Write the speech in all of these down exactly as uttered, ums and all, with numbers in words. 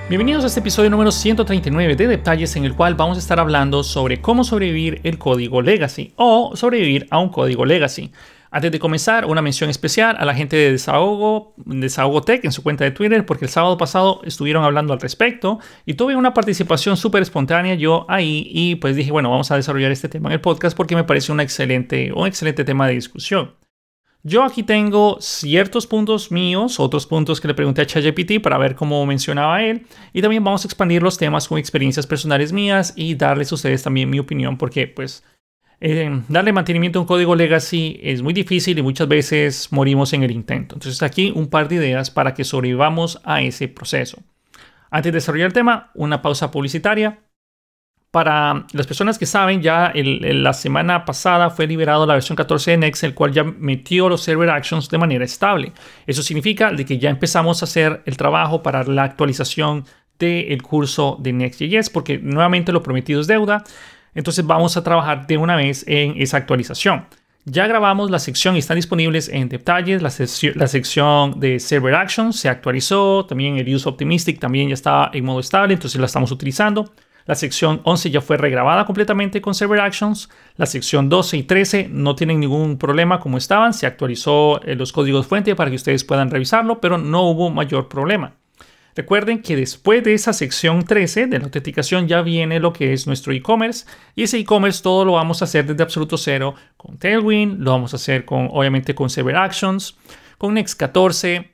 Bienvenidos a este episodio número ciento treinta y nueve de Detalles, en el cual vamos a estar hablando sobre cómo sobrevivir el código Legacy o sobrevivir a un código Legacy. Antes de comenzar, una mención especial a la gente de Desahogo, Desahogo Tech en su cuenta de Twitter, porque el sábado pasado estuvieron hablando al respecto y tuve una participación súper espontánea yo ahí y pues dije, bueno, vamos a desarrollar este tema en el podcast porque me parece una excelente, un excelente tema de discusión. Yo aquí tengo ciertos puntos míos, otros puntos que le pregunté a ChatGPT para ver cómo mencionaba él, y también vamos a expandir los temas con experiencias personales mías y darles a ustedes también mi opinión, porque pues eh, darle mantenimiento a un código legacy es muy difícil y muchas veces morimos en el intento. Entonces aquí un par de ideas para que sobrevivamos a ese proceso. Antes de desarrollar el tema, una pausa publicitaria. Para las personas que saben, ya el, el, la semana pasada fue liberado la versión catorce de Next, el cual ya metió los server actions de manera estable. Eso significa de que ya empezamos a hacer el trabajo para la actualización del curso de Next.js, porque nuevamente lo prometido es deuda. Entonces vamos a trabajar de una vez en esa actualización. Ya grabamos la sección y están disponibles en detalles. La, sec- la sección de server actions se actualizó. También el use optimistic también ya está en modo estable, entonces la estamos utilizando. La sección once ya fue regrabada completamente con Server Actions. La sección doce y trece no tienen ningún problema como estaban. Se actualizó eh, los códigos fuente para que ustedes puedan revisarlo, pero no hubo mayor problema. Recuerden que después de esa sección trece de la autenticación ya viene lo que es nuestro e-commerce. Y ese e-commerce todo lo vamos a hacer desde absoluto cero con Tailwind. Lo vamos a hacer con, obviamente con Server Actions, con Next catorce.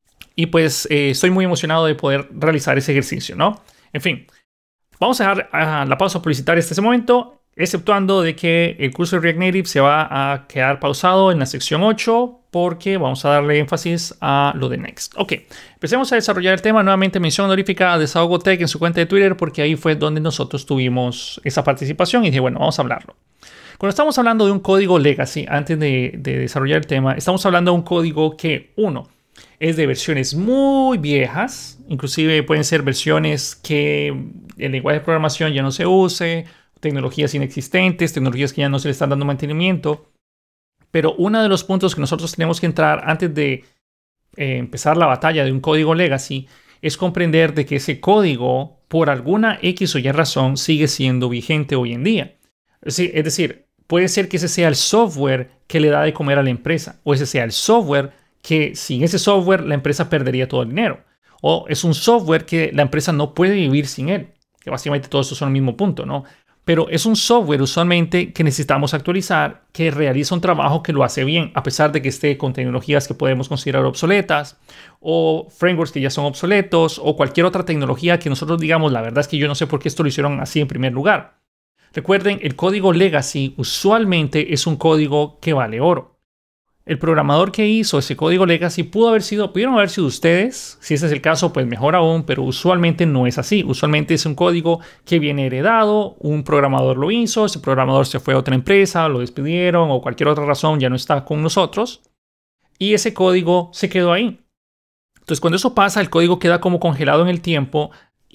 Y pues eh, estoy muy emocionado de poder realizar ese ejercicio, ¿no? En fin. Vamos a dejar uh, la pausa publicitaria hasta ese momento, exceptuando de que el curso de React Native se va a quedar pausado en la sección ocho porque vamos a darle énfasis a lo de Next. Ok, empecemos a desarrollar el tema. Nuevamente mención honorífica a Desahogo Tech en su cuenta de Twitter porque ahí fue donde nosotros tuvimos esa participación y dije, bueno, vamos a hablarlo. Cuando estamos hablando de un código legacy, antes de, de desarrollar el tema, estamos hablando de un código que, uno, es de versiones muy viejas, inclusive pueden ser versiones que el lenguaje de programación ya no se use, tecnologías inexistentes, tecnologías que ya no se le están dando mantenimiento. Pero uno de los puntos que nosotros tenemos que entrar antes de eh, empezar la batalla de un código legacy es comprender de que ese código, por alguna X o Y razón, sigue siendo vigente hoy en día. Es decir, puede ser que ese sea el software que le da de comer a la empresa, o ese sea el software que sin ese software la empresa perdería todo el dinero. O es un software que la empresa no puede vivir sin él. Que básicamente todos estos son el mismo punto, ¿no? Pero es un software usualmente que necesitamos actualizar, que realiza un trabajo que lo hace bien, a pesar de que esté con tecnologías que podemos considerar obsoletas, o frameworks que ya son obsoletos, o cualquier otra tecnología que nosotros digamos, la verdad es que yo no sé por qué esto lo hicieron así en primer lugar. Recuerden, el código legacy usualmente es un código que vale oro. El programador que hizo ese código legacy pudo haber sido, pudieron haber sido ustedes. Si ese es el caso, pues mejor aún, pero usualmente no es así. Usualmente es un código que viene heredado, un programador lo hizo, ese programador se fue a otra empresa, lo despidieron o cualquier otra razón ya no está con nosotros y ese código se quedó ahí. Entonces, cuando eso pasa, el código queda como congelado en el tiempo.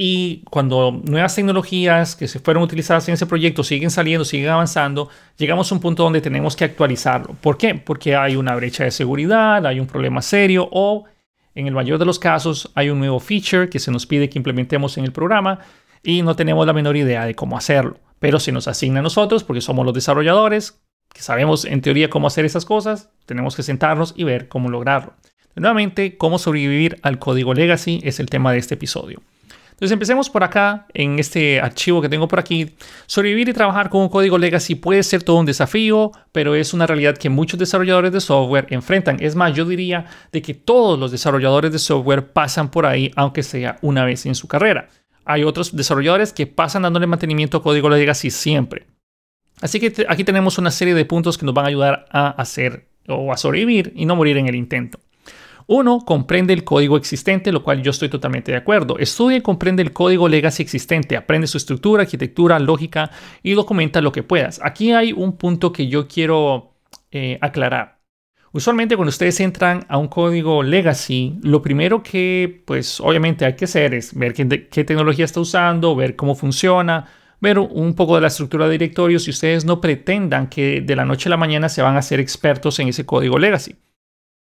Y cuando nuevas tecnologías que se fueron utilizadas en ese proyecto siguen saliendo, siguen avanzando, llegamos a un punto donde tenemos que actualizarlo. ¿Por qué? Porque hay una brecha de seguridad, hay un problema serio o, en el mayor de los casos, hay un nuevo feature que se nos pide que implementemos en el programa y no tenemos la menor idea de cómo hacerlo. Pero se nos asigna a nosotros, porque somos los desarrolladores, que sabemos en teoría cómo hacer esas cosas, tenemos que sentarnos y ver cómo lograrlo. Nuevamente, cómo sobrevivir al código legacy es el tema de este episodio. Entonces empecemos por acá, en este archivo que tengo por aquí. Sobrevivir y trabajar con un código legacy puede ser todo un desafío, pero es una realidad que muchos desarrolladores de software enfrentan. Es más, yo diría de que todos los desarrolladores de software pasan por ahí, aunque sea una vez en su carrera. Hay otros desarrolladores que pasan dándole mantenimiento a código legacy siempre. Así que te, aquí tenemos una serie de puntos que nos van a ayudar a hacer o a sobrevivir y no morir en el intento. Uno, comprende el código existente, lo cual yo estoy totalmente de acuerdo. Estudia y comprende el código legacy existente. Aprende su estructura, arquitectura, lógica y documenta lo que puedas. Aquí hay un punto que yo quiero eh, aclarar. Usualmente cuando ustedes entran a un código legacy, lo primero que pues obviamente hay que hacer es ver qué, qué tecnología está usando, ver cómo funciona, ver un poco de la estructura de directorios y ustedes no pretendan que de la noche a la mañana se van a hacer expertos en ese código legacy.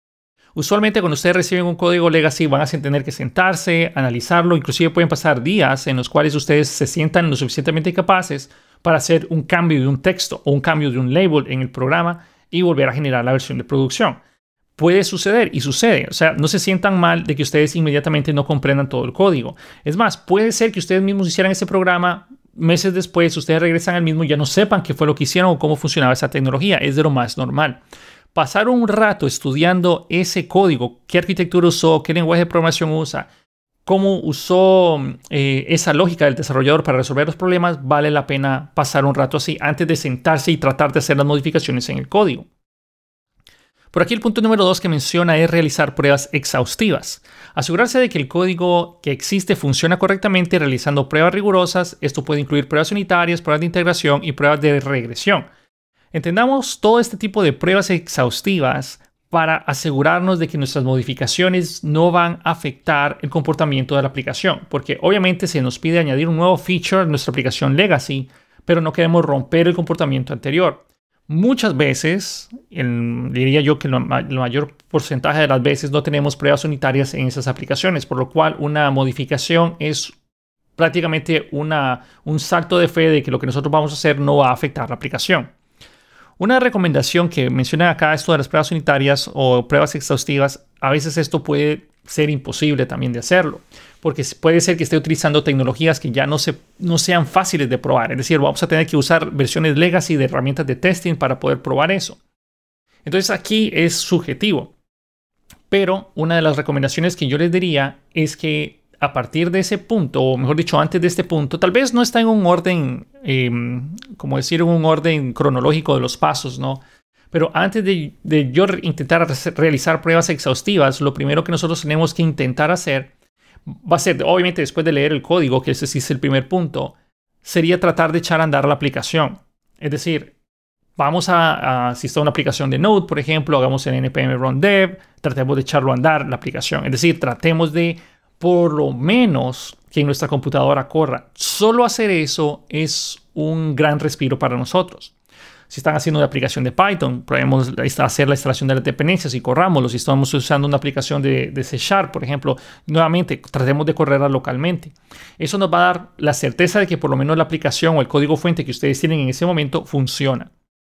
Usualmente cuando ustedes reciben un código legacy van a tener que sentarse, analizarlo, inclusive pueden pasar días en los cuales ustedes se sientan lo suficientemente capaces para hacer un cambio de un texto o un cambio de un label en el programa y volver a generar la versión de producción. Puede suceder y sucede. O sea, no se sientan mal de que ustedes inmediatamente no comprendan todo el código. Es más, puede ser que ustedes mismos hicieran ese programa, meses después ustedes regresan al mismo y ya no sepan qué fue lo que hicieron o cómo funcionaba esa tecnología. Es de lo más normal. Pasar un rato estudiando ese código, qué arquitectura usó, qué lenguaje de programación usa, cómo usó eh, esa lógica del desarrollador para resolver los problemas, vale la pena pasar un rato así antes de sentarse y tratar de hacer las modificaciones en el código. Por aquí el punto número dos que menciona es realizar pruebas exhaustivas. Asegurarse de que el código que existe funciona correctamente realizando pruebas rigurosas. Esto puede incluir pruebas unitarias, pruebas de integración y pruebas de regresión. Entendamos todo este tipo de pruebas exhaustivas para asegurarnos de que nuestras modificaciones no van a afectar el comportamiento de la aplicación, porque obviamente se nos pide añadir un nuevo feature a nuestra aplicación legacy, pero no queremos romper el comportamiento anterior. Muchas veces, el, diría yo que el mayor porcentaje de las veces no tenemos pruebas unitarias en esas aplicaciones, por lo cual una modificación es prácticamente una, un salto de fe de que lo que nosotros vamos a hacer no va a afectar la aplicación. Una recomendación que menciona acá esto de las pruebas unitarias o pruebas exhaustivas, a veces esto puede ser imposible también de hacerlo, porque puede ser que esté utilizando tecnologías que ya no, se, no sean fáciles de probar. Es decir, vamos a tener que usar versiones legacy de herramientas de testing para poder probar eso. Entonces aquí es subjetivo, pero una de las recomendaciones que yo les diría es que a partir de ese punto, o mejor dicho, antes de este punto, tal vez no está en un orden, eh, como decir, en un orden cronológico de los pasos, ¿no? Pero antes de, de yo intentar realizar pruebas exhaustivas, lo primero que nosotros tenemos que intentar hacer va a ser, obviamente después de leer el código, que ese sí es el primer punto, sería tratar de echar a andar la aplicación. Es decir, vamos a, a si está una aplicación de Node, por ejemplo, hagamos el npm run dev, tratemos de echarlo a andar la aplicación. Es decir, tratemos de por lo menos que en nuestra computadora corra. Solo hacer eso es un gran respiro para nosotros. Si están haciendo una aplicación de Python, podemos hacer la instalación de las dependencias y corrámoslo. Si estamos usando una aplicación de, de C Sharp, por ejemplo, nuevamente tratemos de correrla localmente. Eso nos va a dar la certeza de que por lo menos la aplicación o el código fuente que ustedes tienen en ese momento funciona.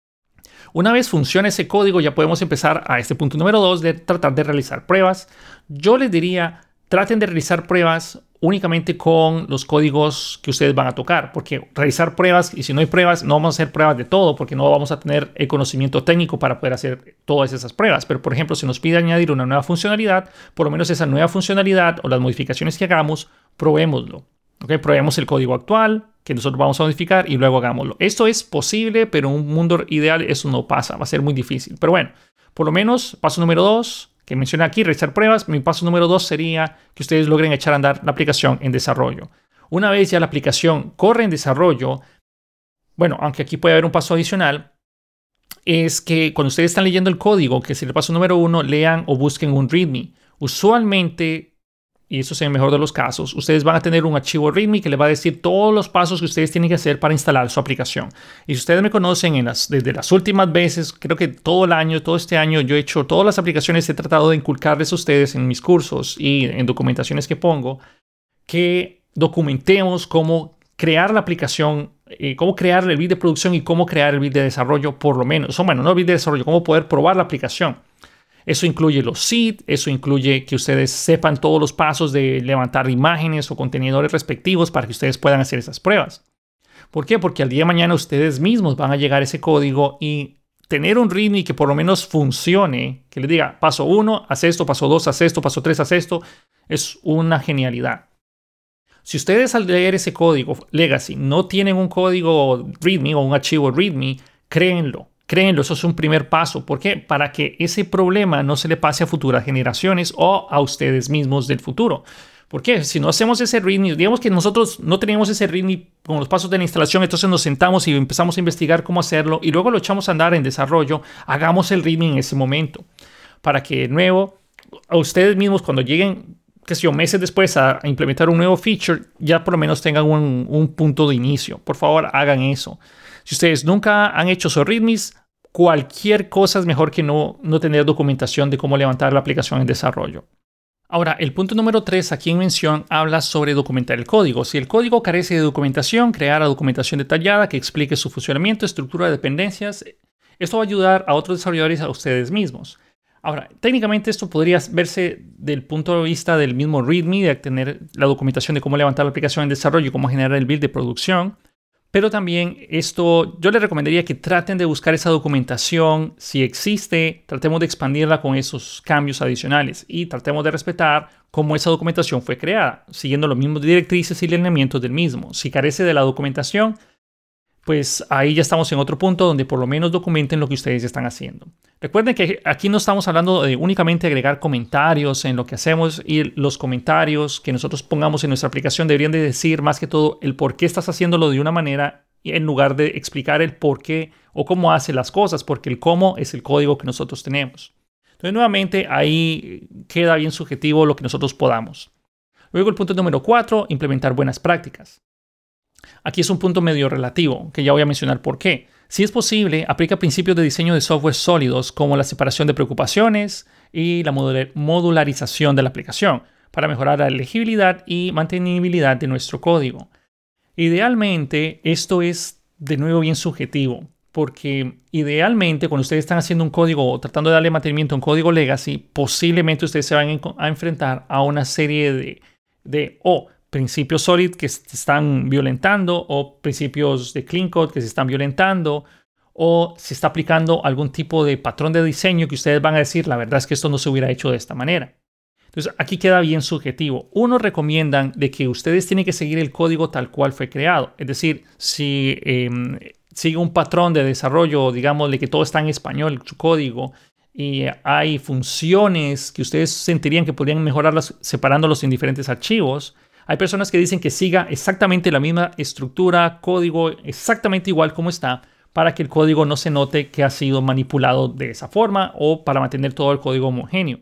Una vez funciona ese código, ya podemos empezar a este punto número dos de tratar de realizar pruebas. Yo les diría, traten de realizar pruebas únicamente con los códigos que ustedes van a tocar, porque realizar pruebas, y si no hay pruebas, no vamos a hacer pruebas de todo, porque no vamos a tener el conocimiento técnico para poder hacer todas esas pruebas. Pero, por ejemplo, si nos pide añadir una nueva funcionalidad, por lo menos esa nueva funcionalidad o las modificaciones que hagamos, probémoslo. ¿Okay? Probemos el código actual que nosotros vamos a modificar y luego hagámoslo. Esto es posible, pero en un mundo ideal eso no pasa, va a ser muy difícil. Pero bueno, por lo menos, paso número dos, que menciona aquí, realizar pruebas. Mi paso número dos sería que ustedes logren echar a andar la aplicación en desarrollo. Una vez ya la aplicación corre en desarrollo, bueno, aunque aquí puede haber un paso adicional, es que cuando ustedes están leyendo el código, que es el paso número uno, lean o busquen un README. Usualmente, y eso es en el mejor de los casos, ustedes van a tener un archivo README que les va a decir todos los pasos que ustedes tienen que hacer para instalar su aplicación. Y si ustedes me conocen en las, desde las últimas veces, creo que todo el año, todo este año, yo he hecho todas las aplicaciones, he tratado de inculcarles a ustedes en mis cursos y en documentaciones que pongo, que documentemos cómo crear la aplicación, eh, cómo crear el build de producción y cómo crear el build de desarrollo, por lo menos. O bueno, no el build de desarrollo, cómo poder probar la aplicación. Eso incluye los seed, eso incluye que ustedes sepan todos los pasos de levantar imágenes o contenedores respectivos para que ustedes puedan hacer esas pruebas. ¿Por qué? Porque al día de mañana ustedes mismos van a llegar a ese código y tener un README que por lo menos funcione, que les diga paso uno, haz esto, paso dos, haz esto, paso tres, haz esto, es una genialidad. Si ustedes al leer ese código legacy no tienen un código README o un archivo README, créenlo. Créenlo, eso es un primer paso. ¿Por qué? Para que ese problema no se le pase a futuras generaciones o a ustedes mismos del futuro. ¿Por qué? Si no hacemos ese README, digamos que nosotros no teníamos ese README con los pasos de la instalación, entonces nos sentamos y empezamos a investigar cómo hacerlo y luego lo echamos a andar en desarrollo, hagamos el README en ese momento. Para que de nuevo, a ustedes mismos cuando lleguen, qué sé yo, meses después a implementar un nuevo feature, ya por lo menos tengan un, un punto de inicio. Por favor, hagan eso. Si ustedes nunca han hecho sus READMEs, cualquier cosa es mejor que no, no tener documentación de cómo levantar la aplicación en desarrollo. Ahora, el punto número tres aquí en mención habla sobre documentar el código. Si el código carece de documentación, crear la documentación detallada que explique su funcionamiento, estructura de dependencias. Esto va a ayudar a otros desarrolladores y a ustedes mismos. Ahora, técnicamente esto podría verse del punto de vista del mismo README, de tener la documentación de cómo levantar la aplicación en desarrollo y cómo generar el build de producción. Pero también esto, yo les recomendaría que traten de buscar esa documentación. Si existe, tratemos de expandirla con esos cambios adicionales y tratemos de respetar cómo esa documentación fue creada, siguiendo los mismos directrices y lineamientos del mismo. Si carece de la documentación, pues ahí ya estamos en otro punto donde por lo menos documenten lo que ustedes están haciendo. Recuerden que aquí no estamos hablando de únicamente agregar comentarios en lo que hacemos, y los comentarios que nosotros pongamos en nuestra aplicación deberían de decir más que todo el por qué estás haciéndolo de una manera en lugar de explicar el por qué o cómo hace las cosas, porque el cómo es el código que nosotros tenemos. Entonces nuevamente ahí queda bien subjetivo lo que nosotros podamos. Luego el punto número cuatro, implementar buenas prácticas. Aquí es un punto medio relativo, que ya voy a mencionar por qué. Si es posible, aplica principios de diseño de software sólidos como la separación de preocupaciones y la modularización de la aplicación para mejorar la legibilidad y mantenibilidad de nuestro código. Idealmente, esto es de nuevo bien subjetivo, porque idealmente cuando ustedes están haciendo un código o tratando de darle mantenimiento a un código legacy, posiblemente ustedes se van a enfrentar a una serie de, de o principios sólidos que se están violentando o principios de clean code que se están violentando, o se está aplicando algún tipo de patrón de diseño que ustedes van a decir, la verdad es que esto no se hubiera hecho de esta manera. Entonces aquí queda bien subjetivo. Unos recomiendan de que ustedes tienen que seguir el código tal cual fue creado. Es decir, si eh, sigue un patrón de desarrollo, digamos, de que todo está en español, su código, y hay funciones que ustedes sentirían que podrían mejorarlas separándolos en diferentes archivos. Hay personas que dicen que siga exactamente la misma estructura, código, exactamente igual como está, para que el código no se note que ha sido manipulado de esa forma o para mantener todo el código homogéneo.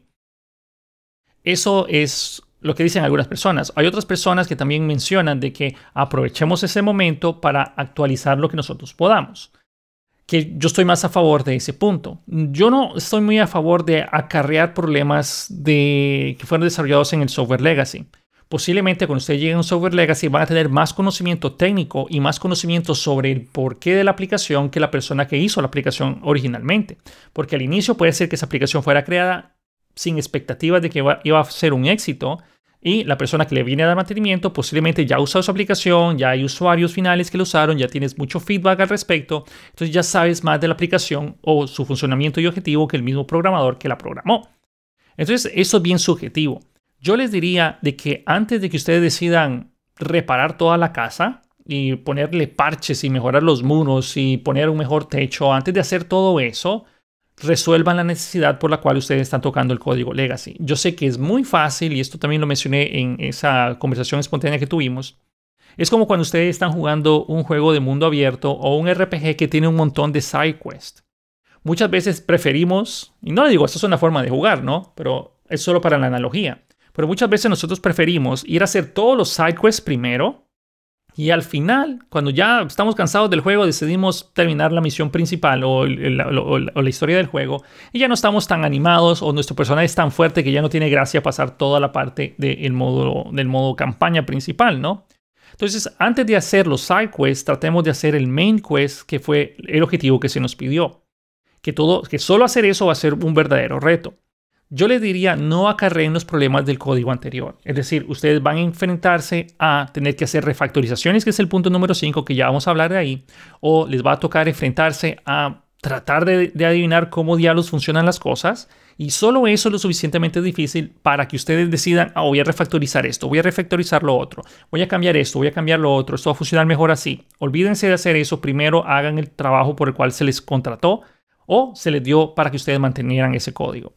Eso es lo que dicen algunas personas. Hay otras personas que también mencionan de que aprovechemos ese momento para actualizar lo que nosotros podamos. Que yo estoy más a favor de ese punto. Yo no estoy muy a favor de acarrear problemas de, que fueron desarrollados en el software legacy. Posiblemente cuando ustedes lleguen a un software legacy van a tener más conocimiento técnico y más conocimiento sobre el porqué de la aplicación que la persona que hizo la aplicación originalmente. Porque al inicio puede ser que esa aplicación fuera creada sin expectativas de que iba a ser un éxito, y la persona que le viene a dar mantenimiento posiblemente ya ha usado su aplicación, ya hay usuarios finales que lo usaron, ya tienes mucho feedback al respecto, entonces ya sabes más de la aplicación o su funcionamiento y objetivo que el mismo programador que la programó. Entonces eso es bien subjetivo. Yo les diría de que antes de que ustedes decidan reparar toda la casa y ponerle parches y mejorar los muros y poner un mejor techo, antes de hacer todo eso, resuelvan la necesidad por la cual ustedes están tocando el código legacy. Yo sé que es muy fácil, y esto también lo mencioné en esa conversación espontánea que tuvimos. Es como cuando ustedes están jugando un juego de mundo abierto o un R P G que tiene un montón de side quests. Muchas veces preferimos, y no le digo, esto es una forma de jugar, ¿no? Pero es solo para la analogía. Pero muchas veces nosotros preferimos ir a hacer todos los side quests primero, y al final, cuando ya estamos cansados del juego, decidimos terminar la misión principal o, el, o, o, o la historia del juego, y ya no estamos tan animados o nuestro personaje es tan fuerte que ya no tiene gracia pasar toda la parte del modo, del modo campaña principal, ¿no? Entonces, antes de hacer los side quests, tratemos de hacer el main quest, que fue el objetivo que se nos pidió. Que, todo, que solo hacer eso va a ser un verdadero reto. Yo les diría, no acarreen los problemas del código anterior. Es decir, ustedes van a enfrentarse a tener que hacer refactorizaciones, que es el punto número cinco, que ya vamos a hablar de ahí. O les va a tocar enfrentarse a tratar de, de adivinar cómo diablos funcionan las cosas. Y solo eso es lo suficientemente difícil para que ustedes decidan, ah, voy a refactorizar esto, voy a refactorizar lo otro, voy a cambiar esto, voy a cambiar lo otro, esto va a funcionar mejor así. Olvídense de hacer eso. Primero hagan el trabajo por el cual se les contrató o se les dio para que ustedes mantenieran ese código.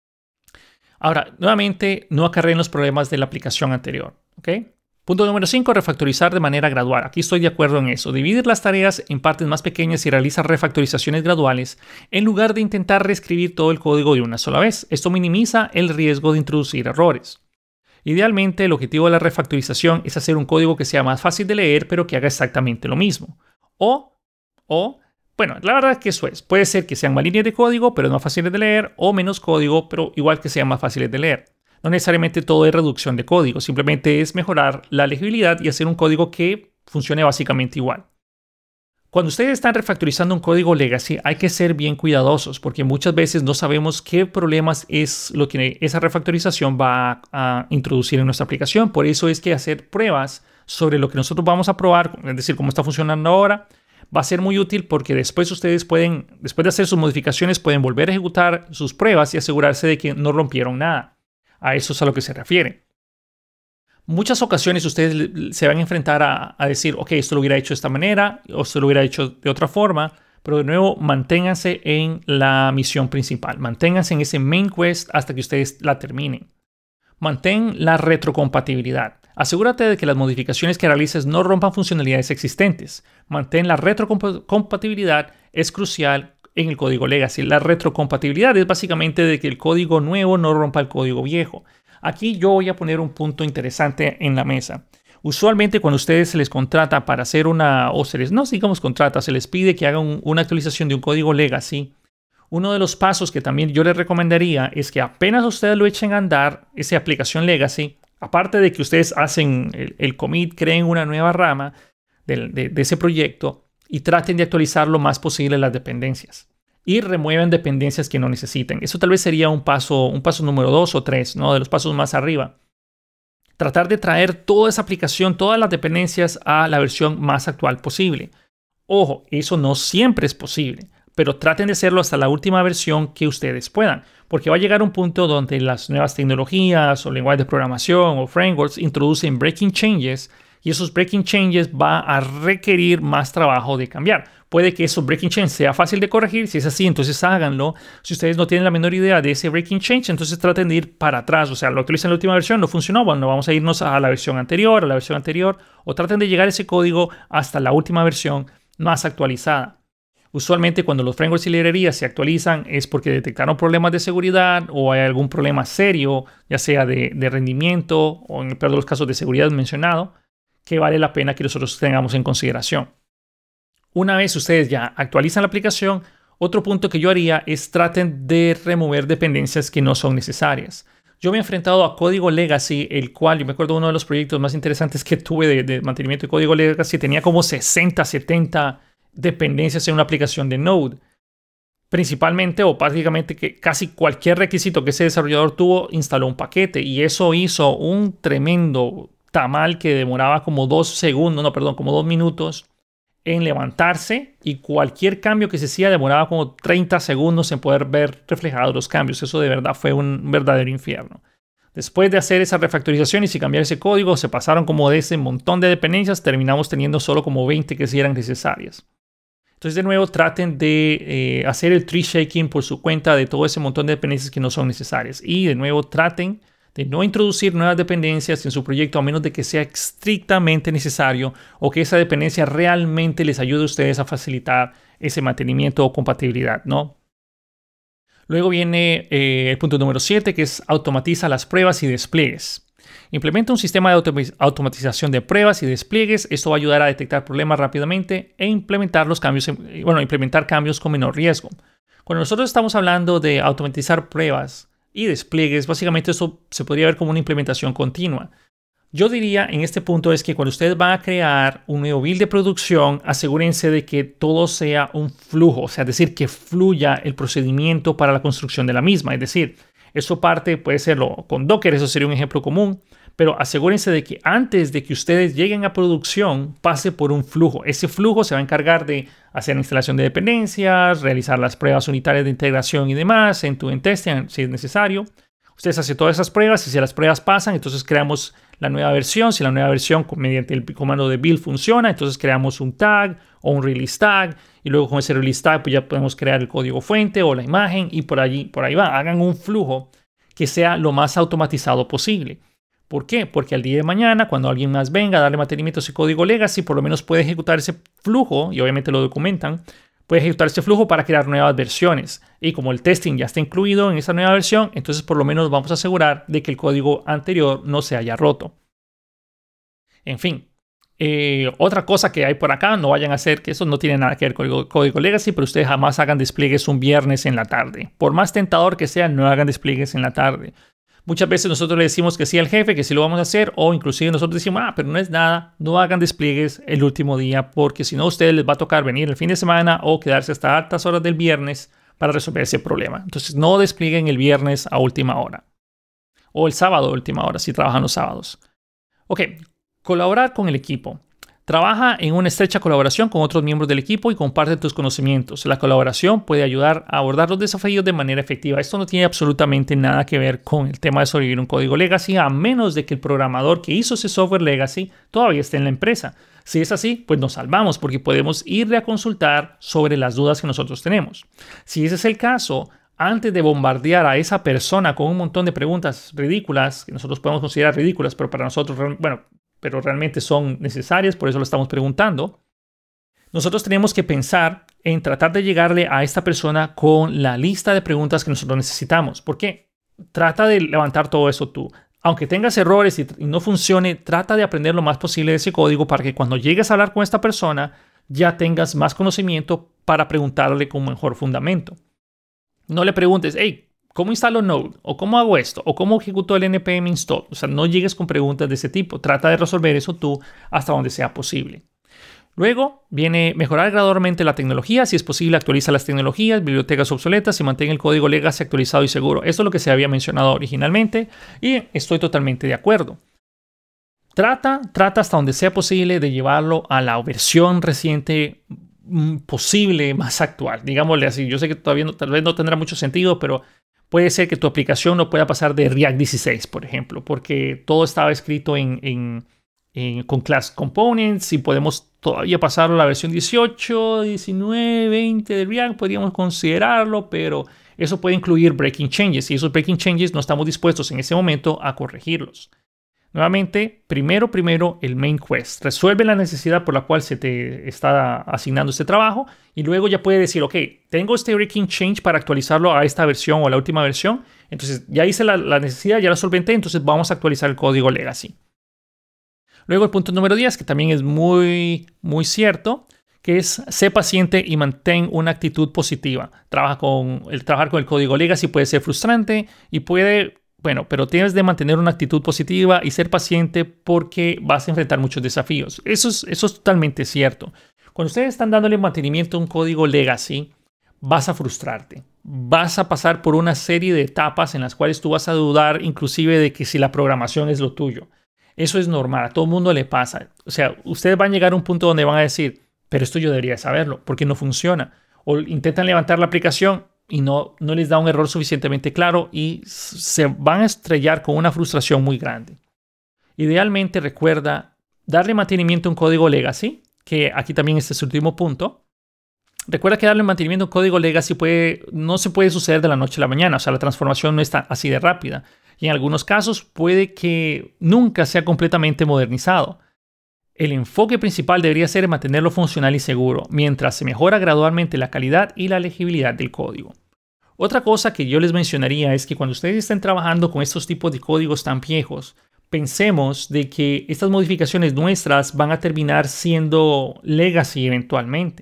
Ahora, nuevamente, no acarreen los problemas de la aplicación anterior. ¿Okay? Punto número cinco, refactorizar de manera gradual. Aquí estoy de acuerdo en eso. Dividir las tareas en partes más pequeñas y realizar refactorizaciones graduales en lugar de intentar reescribir todo el código de una sola vez. Esto minimiza el riesgo de introducir errores. Idealmente, el objetivo de la refactorización es hacer un código que sea más fácil de leer, pero que haga exactamente lo mismo. O, o Bueno, la verdad es que eso es. Puede ser que sean más líneas de código, pero más fáciles de leer, o menos código, pero igual que sean más fáciles de leer. No necesariamente todo es reducción de código, simplemente es mejorar la legibilidad y hacer un código que funcione básicamente igual. Cuando ustedes están refactorizando un código legacy, hay que ser bien cuidadosos porque muchas veces no sabemos qué problemas es lo que esa refactorización va a introducir en nuestra aplicación. Por eso es que hacer pruebas sobre lo que nosotros vamos a probar, es decir, cómo está funcionando ahora, va a ser muy útil porque después ustedes pueden, después de hacer sus modificaciones, pueden volver a ejecutar sus pruebas y asegurarse de que no rompieron nada. A eso es a lo que se refiere. Muchas ocasiones ustedes se van a enfrentar a, a decir, ok, esto lo hubiera hecho de esta manera, o esto lo hubiera hecho de otra forma, pero de nuevo, manténganse en la misión principal. Manténganse en ese main quest hasta que ustedes la terminen. Mantén la retrocompatibilidad. Asegúrate de que las modificaciones que realices no rompan funcionalidades existentes. Mantén la retrocompatibilidad, es crucial en el código legacy. La retrocompatibilidad es básicamente de que el código nuevo no rompa el código viejo. Aquí yo voy a poner un punto interesante en la mesa. Usualmente cuando a ustedes se les contrata para hacer una, o se les, no digamos contrata, se les pide que hagan un, una actualización de un código legacy, uno de los pasos que también yo les recomendaría es que apenas ustedes lo echen a andar, esa aplicación legacy, aparte de que ustedes hacen el, el commit, creen una nueva rama de, de, de ese proyecto y traten de actualizar lo más posible las dependencias. Y remuevan dependencias que no necesiten. Eso tal vez sería un paso, un paso número dos o tres, ¿no? De los pasos más arriba. Tratar de traer toda esa aplicación, todas las dependencias a la versión más actual posible. Ojo, eso no siempre es posible, pero traten de hacerlo hasta la última versión que ustedes puedan, porque va a llegar un punto donde las nuevas tecnologías o lenguajes de programación o frameworks introducen breaking changes y esos breaking changes va a requerir más trabajo de cambiar. Puede que esos breaking changes sea fácil de corregir. Si es así, entonces háganlo. Si ustedes no tienen la menor idea de ese breaking change, entonces traten de ir para atrás. O sea, lo utilizan en la última versión, no funcionó. Bueno, vamos a irnos a la versión anterior, a la versión anterior. O traten de llegar ese código hasta la última versión más actualizada. Usualmente cuando los frameworks y librerías se actualizan es porque detectaron problemas de seguridad o hay algún problema serio, ya sea de, de rendimiento o en el peor de los casos de seguridad mencionado, que vale la pena que nosotros tengamos en consideración. Una vez ustedes ya actualizan la aplicación, otro punto que yo haría es traten de remover dependencias que no son necesarias. Yo me he enfrentado a código legacy, el cual yo me acuerdo uno de los proyectos más interesantes que tuve de, de mantenimiento de código legacy tenía como sesenta, setenta dependencias en una aplicación de Node. Principalmente o prácticamente que casi cualquier requisito que ese desarrollador tuvo instaló un paquete y eso hizo un tremendo tamal que demoraba como dos segundos, no, perdón, como dos minutos en levantarse y cualquier cambio que se hacía demoraba como treinta segundos en poder ver reflejados los cambios. Eso de verdad fue un verdadero infierno. Después de hacer esa refactorización y si cambiar ese código, se pasaron como de ese montón de dependencias, terminamos teniendo solo como veinte que sí eran necesarias. Entonces, de nuevo, traten de eh, hacer el tree shaking por su cuenta de todo ese montón de dependencias que no son necesarias. Y de nuevo, traten de no introducir nuevas dependencias en su proyecto a menos de que sea estrictamente necesario o que esa dependencia realmente les ayude a ustedes a facilitar ese mantenimiento o compatibilidad, ¿no? Luego viene eh, el punto número siete, que es automatiza las pruebas y despliegues. Implementa un sistema de autom- automatización de pruebas y despliegues. Esto va a ayudar a detectar problemas rápidamente e implementar los cambios, en, bueno, implementar cambios con menor riesgo. Cuando nosotros estamos hablando de automatizar pruebas y despliegues, básicamente esto se podría ver como una implementación continua. Yo diría en este punto es que cuando ustedes van a crear un nuevo build de producción, asegúrense de que todo sea un flujo, o sea, es decir, que fluya el procedimiento para la construcción de la misma. Es decir, eso parte, puede serlo con Docker, eso sería un ejemplo común, pero asegúrense de que antes de que ustedes lleguen a producción, pase por un flujo. Ese flujo se va a encargar de hacer la instalación de dependencias, realizar las pruebas unitarias de integración y demás, end-to-end testing si es necesario. Ustedes hacen todas esas pruebas y si las pruebas pasan, entonces creamos la nueva versión. Si la nueva versión mediante el comando de build funciona, entonces creamos un tag o un release tag y luego con ese release tag pues ya podemos crear el código fuente o la imagen y por allí, por ahí va. Hagan un flujo que sea lo más automatizado posible. ¿Por qué? Porque al día de mañana, cuando alguien más venga a darle mantenimiento a ese código legacy, por lo menos puede ejecutar ese flujo y obviamente lo documentan. Puede ejecutar ese flujo para crear nuevas versiones. Y como el testing ya está incluido en esa nueva versión, entonces por lo menos vamos a asegurar de que el código anterior no se haya roto. En fin, Eh, otra cosa que hay por acá, no vayan a hacer, que eso no tiene nada que ver con el código legacy, pero ustedes jamás hagan despliegues un viernes en la tarde. Por más tentador que sea, no hagan despliegues en la tarde. Muchas veces nosotros le decimos que sí al jefe, que sí lo vamos a hacer, o inclusive nosotros decimos, ah, pero no es nada, no hagan despliegues el último día, porque si no a ustedes les va a tocar venir el fin de semana o quedarse hasta altas horas del viernes para resolver ese problema. Entonces no desplieguen el viernes a última hora. O el sábado a última hora, si trabajan los sábados. Ok, colaborar con el equipo. Trabaja en una estrecha colaboración con otros miembros del equipo y comparte tus conocimientos. La colaboración puede ayudar a abordar los desafíos de manera efectiva. Esto no tiene absolutamente nada que ver con el tema de sobrevivir un código legacy, a menos de que el programador que hizo ese software legacy todavía esté en la empresa. Si es así, pues nos salvamos porque podemos irle a consultar sobre las dudas que nosotros tenemos. Si ese es el caso, antes de bombardear a esa persona con un montón de preguntas ridículas, que nosotros podemos considerar ridículas, pero para nosotros, bueno, pero realmente son necesarias, por eso lo estamos preguntando, nosotros tenemos que pensar en tratar de llegarle a esta persona con la lista de preguntas que nosotros necesitamos. ¿Por qué? Trata de levantar todo eso tú. Aunque tengas errores y, y no funcione, trata de aprender lo más posible de ese código para que cuando llegues a hablar con esta persona ya tengas más conocimiento para preguntarle con mejor fundamento. No le preguntes, hey, ¿cómo instalo Node? ¿O cómo hago esto? ¿O cómo ejecuto el npm install? O sea, no llegues con preguntas de ese tipo. Trata de resolver eso tú hasta donde sea posible. Luego viene mejorar gradualmente la tecnología. Si es posible, actualiza las tecnologías, bibliotecas obsoletas y mantén el código legacy actualizado y seguro. Esto es lo que se había mencionado originalmente y estoy totalmente de acuerdo. Trata, trata hasta donde sea posible de llevarlo a la versión reciente posible, más actual. Digámosle así. Yo sé que todavía no, tal vez no tendrá mucho sentido, pero puede ser que tu aplicación no pueda pasar de React dieciséis, por ejemplo, porque todo estaba escrito en, en, en, con Class Components y podemos todavía pasarlo a la versión dieciocho, diecinueve, veinte de React, podríamos considerarlo, pero eso puede incluir breaking changes y esos breaking changes no estamos dispuestos en ese momento a corregirlos. Nuevamente, primero, primero el main quest. Resuelve la necesidad por la cual se te está asignando este trabajo y luego ya puedes decir, ok, tengo este breaking change para actualizarlo a esta versión o a la última versión. Entonces ya hice la, la necesidad, ya la solventé, entonces vamos a actualizar el código legacy. Luego el punto número diez, que también es muy, muy cierto, que es sé paciente y mantén una actitud positiva. Trabaja con, el trabajar con el código legacy puede ser frustrante y puede... Bueno, pero tienes de mantener una actitud positiva y ser paciente porque vas a enfrentar muchos desafíos. Eso es, eso es totalmente cierto. Cuando ustedes están dándole mantenimiento a un código legacy, vas a frustrarte. Vas a pasar por una serie de etapas en las cuales tú vas a dudar inclusive de que si la programación es lo tuyo. Eso es normal, a todo mundo le pasa. O sea, ustedes van a llegar a un punto donde van a decir, pero esto yo debería saberlo, porque no funciona. O intentan levantar la aplicación y no, no les da un error suficientemente claro y se van a estrellar con una frustración muy grande. Idealmente recuerda darle mantenimiento a un código legacy, que aquí también este es el último punto. Recuerda que darle mantenimiento a un código legacy puede, no se puede suceder de la noche a la mañana, o sea, la transformación no está así de rápida. Y en algunos casos puede que nunca sea completamente modernizado. El enfoque principal debería ser mantenerlo funcional y seguro, mientras se mejora gradualmente la calidad y la legibilidad del código. Otra cosa que yo les mencionaría es que cuando ustedes estén trabajando con estos tipos de códigos tan viejos, pensemos de que estas modificaciones nuestras van a terminar siendo legacy eventualmente.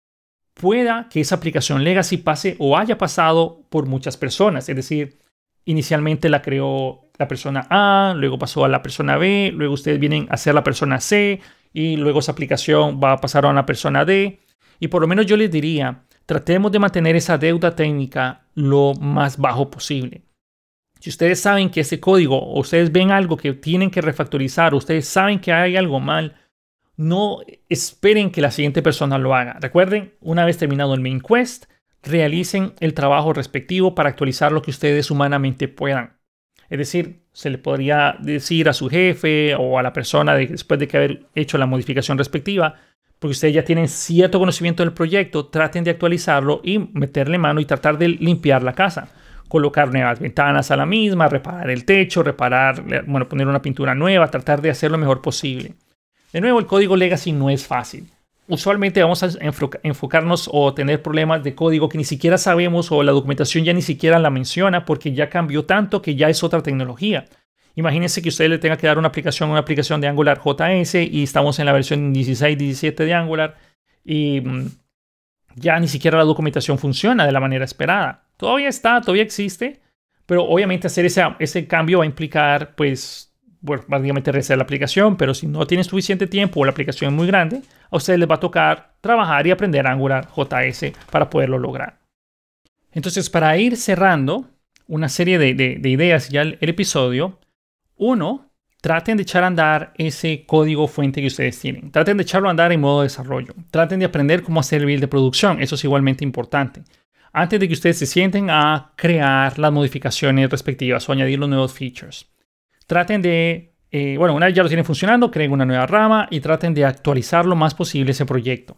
Pueda que esa aplicación legacy pase o haya pasado por muchas personas, es decir, inicialmente la creó la persona A, luego pasó a la persona B, luego ustedes vienen a ser la persona C y luego esa aplicación va a pasar a una persona D. Y por lo menos yo les diría, tratemos de mantener esa deuda técnica lo más bajo posible. Si ustedes saben que ese código o ustedes ven algo que tienen que refactorizar, o ustedes saben que hay algo mal, no esperen que la siguiente persona lo haga. Recuerden, una vez terminado el main quest, realicen el trabajo respectivo para actualizar lo que ustedes humanamente puedan. Es decir, se le podría decir a su jefe o a la persona de, después de que haber hecho la modificación respectiva, porque ustedes ya tienen cierto conocimiento del proyecto, traten de actualizarlo y meterle mano y tratar de limpiar la casa. Colocar nuevas ventanas a la misma, reparar el techo, reparar, bueno, poner una pintura nueva, tratar de hacer lo mejor posible. De nuevo, el código legacy no es fácil. Usualmente vamos a enfocarnos o tener problemas de código que ni siquiera sabemos o la documentación ya ni siquiera la menciona porque ya cambió tanto que ya es otra tecnología. Imagínense que usted le tenga que dar una aplicación, una aplicación de Angular J S y estamos en la versión dieciséis, diecisiete de Angular y mmm, ya ni siquiera la documentación funciona de la manera esperada. Todavía está, todavía existe, pero obviamente hacer ese, ese cambio va a implicar, pues, bueno, básicamente rehacer la aplicación, pero si no tiene suficiente tiempo o la aplicación es muy grande, a ustedes les va a tocar trabajar y aprender Angular J S para poderlo lograr. Entonces, para ir cerrando una serie de, de, de ideas ya el, el episodio, uno, traten de echar a andar ese código fuente que ustedes tienen. Traten de echarlo a andar en modo desarrollo. Traten de aprender cómo hacer el build de producción. Eso es igualmente importante. Antes de que ustedes se sienten a crear las modificaciones respectivas o añadir los nuevos features. Traten de, eh, bueno, una vez ya lo tienen funcionando, creen una nueva rama y traten de actualizar lo más posible ese proyecto.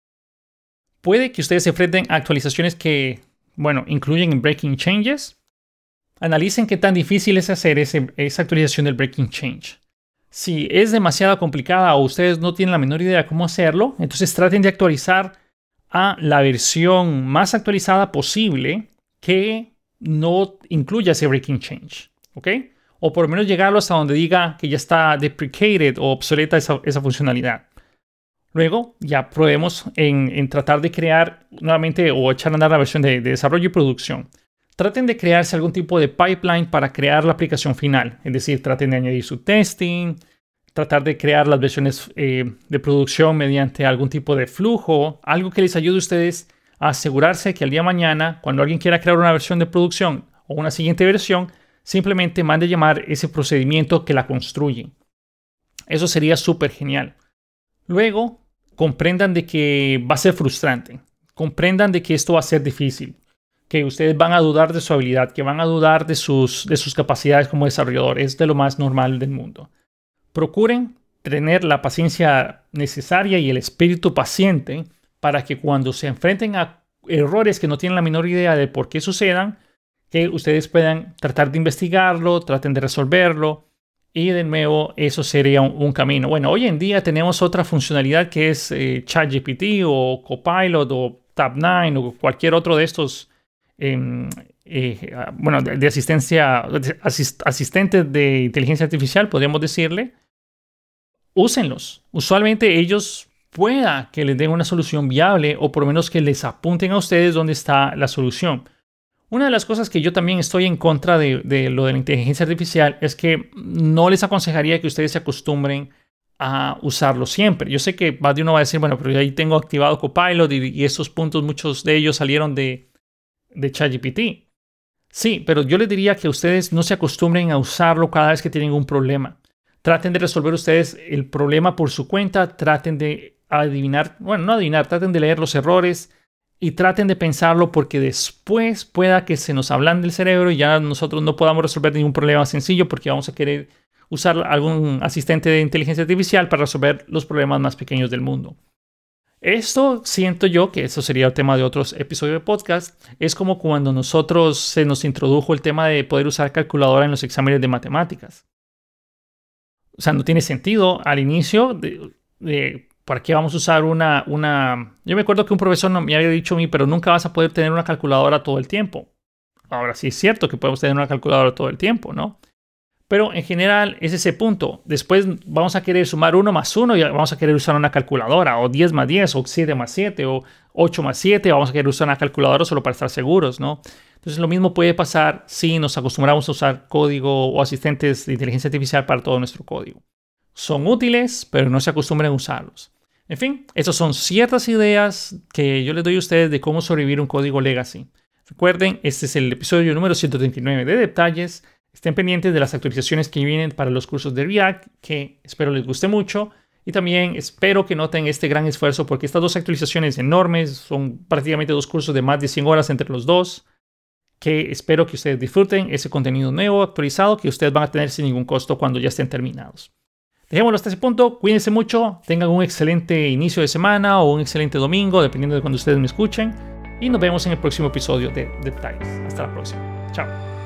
Puede que ustedes se enfrenten a actualizaciones que, bueno, incluyen breaking changes. Analicen qué tan difícil es hacer ese, esa actualización del breaking change. Si es demasiado complicada o ustedes no tienen la menor idea de cómo hacerlo, entonces traten de actualizar a la versión más actualizada posible que no incluya ese breaking change. ¿Ok? O por lo menos llegarlo hasta donde diga que ya está deprecated o obsoleta esa, esa funcionalidad. Luego ya probemos en, en tratar de crear nuevamente o echar a andar la versión de, de desarrollo y producción. Traten de crearse algún tipo de pipeline para crear la aplicación final. Es decir, traten de añadir su testing, tratar de crear las versiones eh, de producción mediante algún tipo de flujo, algo que les ayude a ustedes a asegurarse que al día de mañana, cuando alguien quiera crear una versión de producción o una siguiente versión, simplemente mande llamar ese procedimiento que la construye. Eso sería súper genial. Luego, comprendan de que va a ser frustrante. Comprendan de que esto va a ser difícil. Que ustedes van a dudar de su habilidad, que van a dudar de sus, de sus capacidades como desarrollador. Es de lo más normal del mundo. Procuren tener la paciencia necesaria y el espíritu paciente para que cuando se enfrenten a errores que no tienen la menor idea de por qué sucedan, que ustedes puedan tratar de investigarlo, traten de resolverlo y de nuevo eso sería un, un camino. Bueno, hoy en día tenemos otra funcionalidad que es eh, ChatGPT o Copilot o Tab nueve o cualquier otro de estos Eh, eh, bueno, de, de asistencia, de asist, asistentes de inteligencia artificial, podríamos decirle, úsenlos. Usualmente ellos pueda que les den una solución viable o por lo menos que les apunten a ustedes dónde está la solución. Una de las cosas que yo también estoy en contra de, de lo de la inteligencia artificial es que no les aconsejaría que ustedes se acostumbren a usarlo siempre. Yo sé que más de uno va a decir, bueno, pero ahí tengo activado Copilot y, y esos puntos, muchos de ellos salieron de de ChatGPT. Sí, pero yo les diría que ustedes no se acostumbren a usarlo cada vez que tienen un problema. Traten de resolver ustedes el problema por su cuenta, traten de adivinar, bueno, no adivinar, traten de leer los errores y traten de pensarlo porque después pueda que se nos ablande el cerebro y ya nosotros no podamos resolver ningún problema sencillo porque vamos a querer usar algún asistente de inteligencia artificial para resolver los problemas más pequeños del mundo. Esto siento yo, que eso sería el tema de otros episodios de podcast, es como cuando nosotros se nos introdujo el tema de poder usar calculadora en los exámenes de matemáticas. O sea, no tiene sentido al inicio de, de ¿para qué vamos a usar una, una... Yo me acuerdo que un profesor me había dicho a mí, pero nunca vas a poder tener una calculadora todo el tiempo. Ahora sí es cierto que podemos tener una calculadora todo el tiempo, ¿no? Pero en general es ese punto. Después vamos a querer sumar uno más uno y vamos a querer usar una calculadora. O diez más diez, o siete más siete, o ocho más siete. Vamos a querer usar una calculadora solo para estar seguros, ¿no? Entonces lo mismo puede pasar si nos acostumbramos a usar código o asistentes de inteligencia artificial para todo nuestro código. Son útiles, pero no se acostumbren a usarlos. En fin, esas son ciertas ideas que yo les doy a ustedes de cómo sobrevivir un código legacy. Recuerden, este es el episodio número ciento treinta y nueve de Detalles. Estén pendientes de las actualizaciones que vienen para los cursos de React, que espero les guste mucho. Y también espero que noten este gran esfuerzo porque estas dos actualizaciones enormes son prácticamente dos cursos de más de cien horas entre los dos. Que espero que ustedes disfruten ese contenido nuevo, actualizado, que ustedes van a tener sin ningún costo cuando ya estén terminados. Dejémoslo hasta ese punto. Cuídense mucho. Tengan un excelente inicio de semana o un excelente domingo, dependiendo de cuando ustedes me escuchen. Y nos vemos en el próximo episodio de Detalles. Hasta la próxima. Chao.